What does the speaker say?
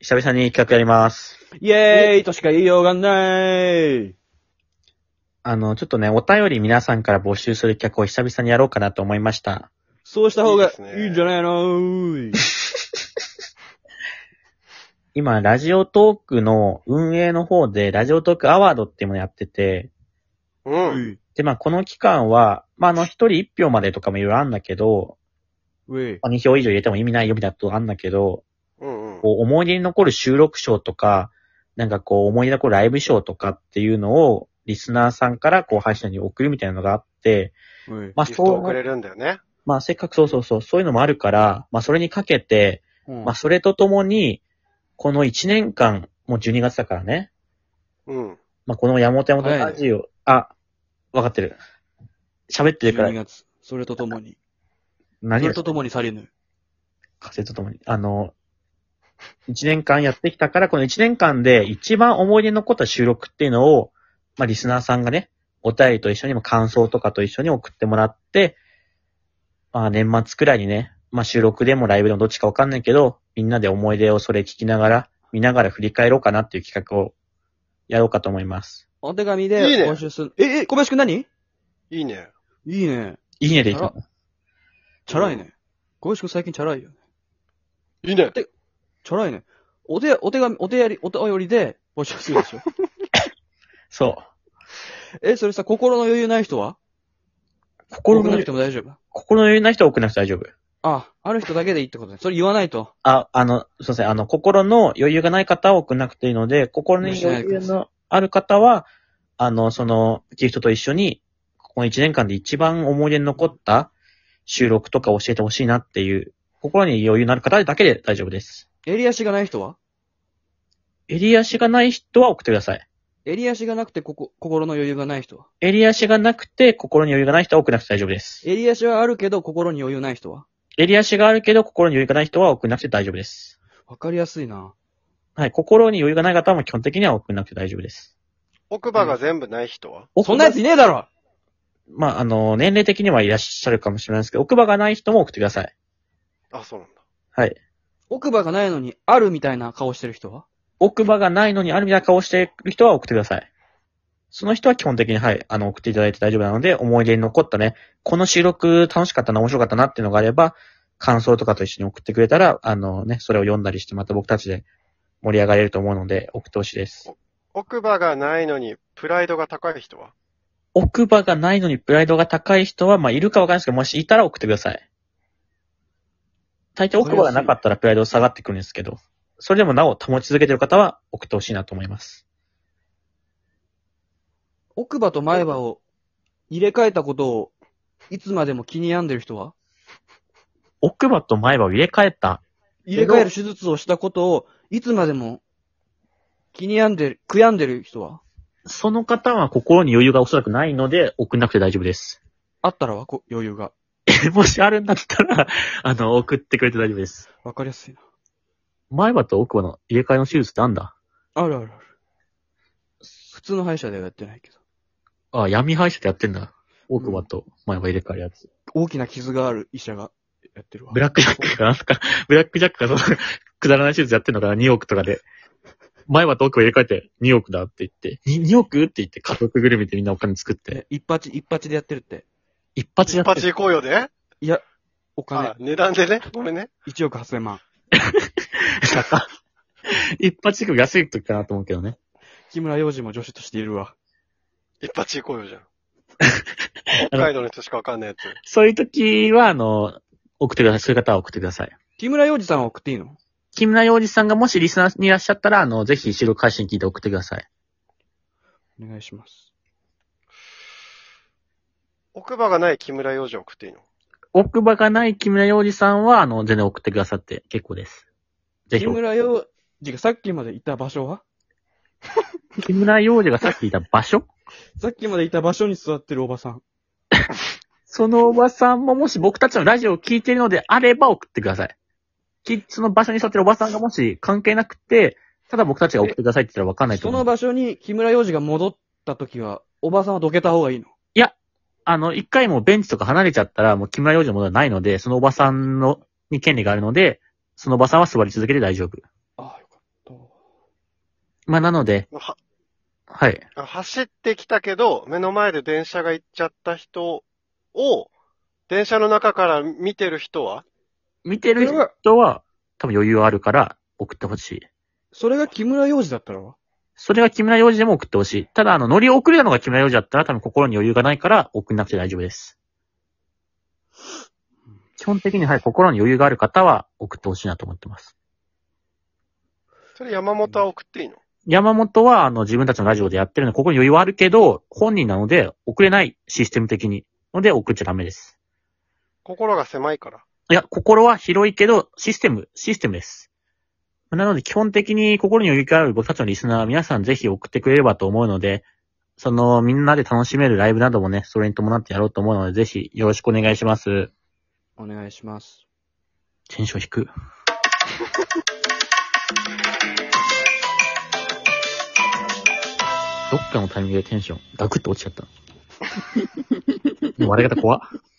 久々に企画やります。 イェーイとしか言いようがない。 ちょっとね、お便り皆さんから募集する企画を久々にやろうかなと思いました。 そうした方がいいですねいいんじゃないの今、ラジオトークの運営の方で、ラジオトークアワードっていうものやってて、 うん。 で、この期間は、一人一票までとかもいろいろあるんだけど、 ウェイ。 2票以上入れても意味ないよみたいなことあるんだけど、 うんうん。 思い出に残る収録賞とか、思い出に残るライブ賞とかっていうのを、リスナーさんから配信者に送るみたいなのがあって、 ウェイ。 リスト送れるんだよね。 せっかくそういうのもあるから、それにかけて、それとともに、この1年間、もう12月だからね。 うん。 この山本ラジオ、わかってる。喋ってるから。 12月。それとともに。 何それとともに去りぬ。 風とともに。1年間やってきたから、この1年間で一番思い出に残った収録っていうのを、リスナーさんがね、お便りと一緒にも感想とかと一緒に送ってもらって、年末くらいにね、収録でもライブでもどっちかわかんないけど、みんなで思い出をそれ聞きながら、見ながら振り返ろうかなっていう企画をやろうかと思います。 お手紙でいいね募集する。小林くん何いいね。 いいね。 いいねでいいか。 チャラいね。小林くん最近チャラいよね。 いいね。 チャラいね。お便りで募集するでしょそう。 それさ、心の余裕ない人は心のなくても大丈夫。 心の余裕ない人は多くなくて大丈夫。 ある人だけでいいってことね。それ言わないと。 すいません。心の余裕がない方は多くなくていいので、心に余裕のある方は、ギフトと一緒に、この1年間で一番思い出に残った収録とか教えてほしいなっていう、心に余裕のある方だけで大丈夫です。 襟足がない人は襟足がない人は送ってください。 襟足がなくて心の余裕がない人は襟足がなくて心に余裕がない人は送らなくて大丈夫です。 襟足はあるけど心に余裕ない人は襟足があるけど心に余裕がない人は送らなくて大丈夫です。 わかりやすいな。 はい。心に余裕がない方は基本的には送らなくて大丈夫です。 奥歯が全部ない人はそんなやついねえだろ。 年齢的にはいらっしゃるかもしれないですけど、奥歯がない人も送ってください。 あ、そうなんだ。 はい。 奥歯がないのにあるみたいな顔してる人は奥歯がないのにあるみたいな顔してる人は送ってください。その人は基本的に、送っていただいて大丈夫なので、思い出に残ったね、この収録楽しかったな、面白かったなっていうのがあれば、感想とかと一緒に送ってくれたら、それを読んだりして、また僕たちで盛り上がれると思うので、送ってほしいです。 奥歯がないのに、プライドが高い人は奥歯がないのにプライドが高い人は、いるかわかんないですけど、もしいたら送ってください。大抵奥歯がなかったらプライド下がってくるんですけど、それでもなお保ち続けている方は送ってほしいなと思います。 奥歯と前歯を入れ替えたことをいつまでも気に病んでる人は奥歯と前歯を入れ替えた。 入れ替える手術をしたことをいつまでも気に病んでる、悔やんでる人はその方は心に余裕がおそらくないので、送んなくて大丈夫です。 あったら余裕が。 もしあるんだったら、送ってくれて大丈夫です。 わかりやすいな。 前歯と奥歯の入れ替えの手術ってあんだ。 あるあるある。普通の歯医者ではやってないけど。 闇歯医者でやってんだ。奥歯と前歯入れ替えるやつ。 大きな傷がある医者がやってるわ。 ブラックジャックが、ブラックジャックがくだらない手術やってんのかな ?2 億とかで。前歯と奥歯入れ替えて2億だって言って、2億って言って家族ぐるみでみんなお金作って。 一発でやってるって。 一発やってる。 一発行為でいや、お金。 値段でね。これね。 1億8000万。 高一発行為安い時かなと思うけどね。 木村洋二も助手としているわ。 一発行為じゃん。北海道の人しかわかんないやつ。 そういう時は、送ってください。そういう方は送ってください。 木村洋二さんは送っていいの？ 木村洋二さんがもしリスナーにいらっしゃったら、ぜひ収録配信聞いて送ってください。 お願いします。 奥歯がない木村洋二を送っていいの？ 奥歯がない木村洋二さんは、全然送ってくださって結構です。ぜひ。 木村洋二がさっきまでいた場所は？ 木村洋二がさっきいた場所？ さっきまでいた場所に座ってるおばさん。 そのおばさんももし僕たちのラジオを聞いているのであれば送ってください。その場所に座ってるおばさんがもし関係なくて、ただ僕たちが送ってくださいって言ったらわかんないと思う。 その場所に木村洋二が戻った時は、おばさんはどけた方がいいの？ いや、一回もうベンチとか離れちゃったら、もう木村洋二のものはないので、そのおばさんに権利があるので、そのおばさんは座り続けて大丈夫。 ああ、よかっまあ、なので、 ははい。 走ってきたけど、目の前で電車が行っちゃった人を、電車の中から見てる人は見てる人は、多分余裕あるから送ってほしい。 それが木村洋二だったらそれが木村洋二でも送ってほしい。ただ、乗り遅れたのが木村洋二だったら多分心に余裕がないから送んなくて大丈夫です。基本的に、はい、心に余裕がある方は送ってほしいなと思ってます。 それ山本は送っていいの？ 山本は、自分たちのラジオでやってるので、ここに余裕はあるけど、本人なので、送れないシステム的に。ので、送っちゃダメです。 心が狭いから。 いや、心は広いけど、システムです。なので、基本的に心に余裕がある僕たちのリスナーは皆さんぜひ送ってくれればと思うので、みんなで楽しめるライブなどもね、それに伴ってやろうと思うので、ぜひよろしくお願いします。 お願いします。 テンション低く。どっかのタイミングでテンション、ガクッと落ちちゃった。もう笑い方怖っ。